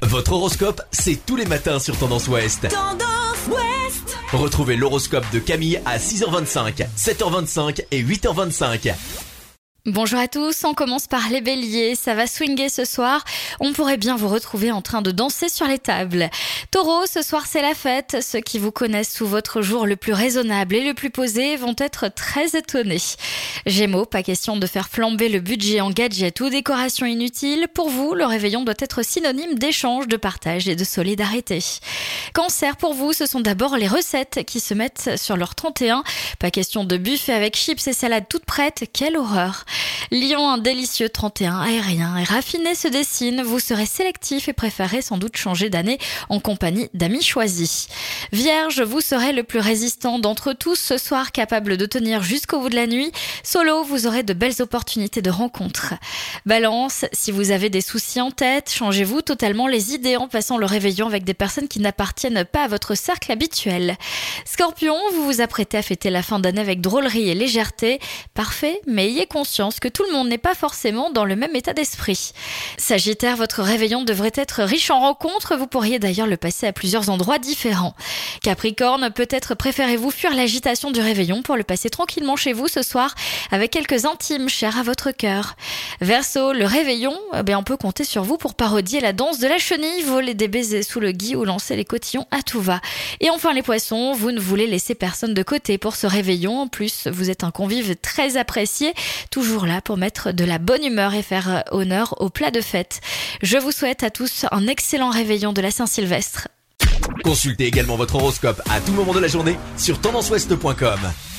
Votre horoscope, c'est tous les matins sur Tendance Ouest. Tendance Ouest. Retrouvez l'horoscope de Camille à 6h25, 7h25 et 8h25. Bonjour à tous, on commence par les béliers, ça va swinguer ce soir, on pourrait bien vous retrouver en train de danser sur les tables. Taureau, ce soir c'est la fête, ceux qui vous connaissent sous votre jour le plus raisonnable et le plus posé vont être très étonnés. Gémeaux, pas question de faire flamber le budget en gadgets ou décorations inutiles, pour vous le réveillon doit être synonyme d'échange, de partage et de solidarité. Cancer, pour vous ce sont d'abord les recettes qui se mettent sur leur 31, pas question de buffet avec chips et salades toutes prêtes, quelle horreur. Lion, un délicieux 31 aérien et raffiné se dessine. Vous serez sélectif et préférez sans doute changer d'année en compagnie d'amis choisis. Vierge, vous serez le plus résistant d'entre tous ce soir, capable de tenir jusqu'au bout de la nuit. Solo, vous aurez de belles opportunités de rencontres. Balance, si vous avez des soucis en tête, changez-vous totalement les idées en passant le réveillon avec des personnes qui n'appartiennent pas à votre cercle habituel. Scorpion, vous vous apprêtez à fêter la fin d'année avec drôlerie et légèreté. Parfait, mais ayez conscience que tout le monde n'est pas forcément dans le même état d'esprit. Sagittaire, votre réveillon devrait être riche en rencontres, vous pourriez d'ailleurs le passer à plusieurs endroits différents. Capricorne, peut-être préférez-vous fuir l'agitation du réveillon pour le passer tranquillement chez vous ce soir avec quelques intimes chers à votre cœur. Verseau, le réveillon, on peut compter sur vous pour parodier la danse de la chenille, voler des baisers sous le gui ou lancer les cotillons à tout va. Et enfin les poissons, vous ne voulez laisser personne de côté pour ce réveillon, en plus vous êtes un convive très apprécié, toujours là pour mettre de la bonne humeur et faire honneur au plat de fête. Je vous souhaite à tous un excellent réveillon de la Saint-Sylvestre. Consultez également votre horoscope à tout moment de la journée sur tendanceouest.com.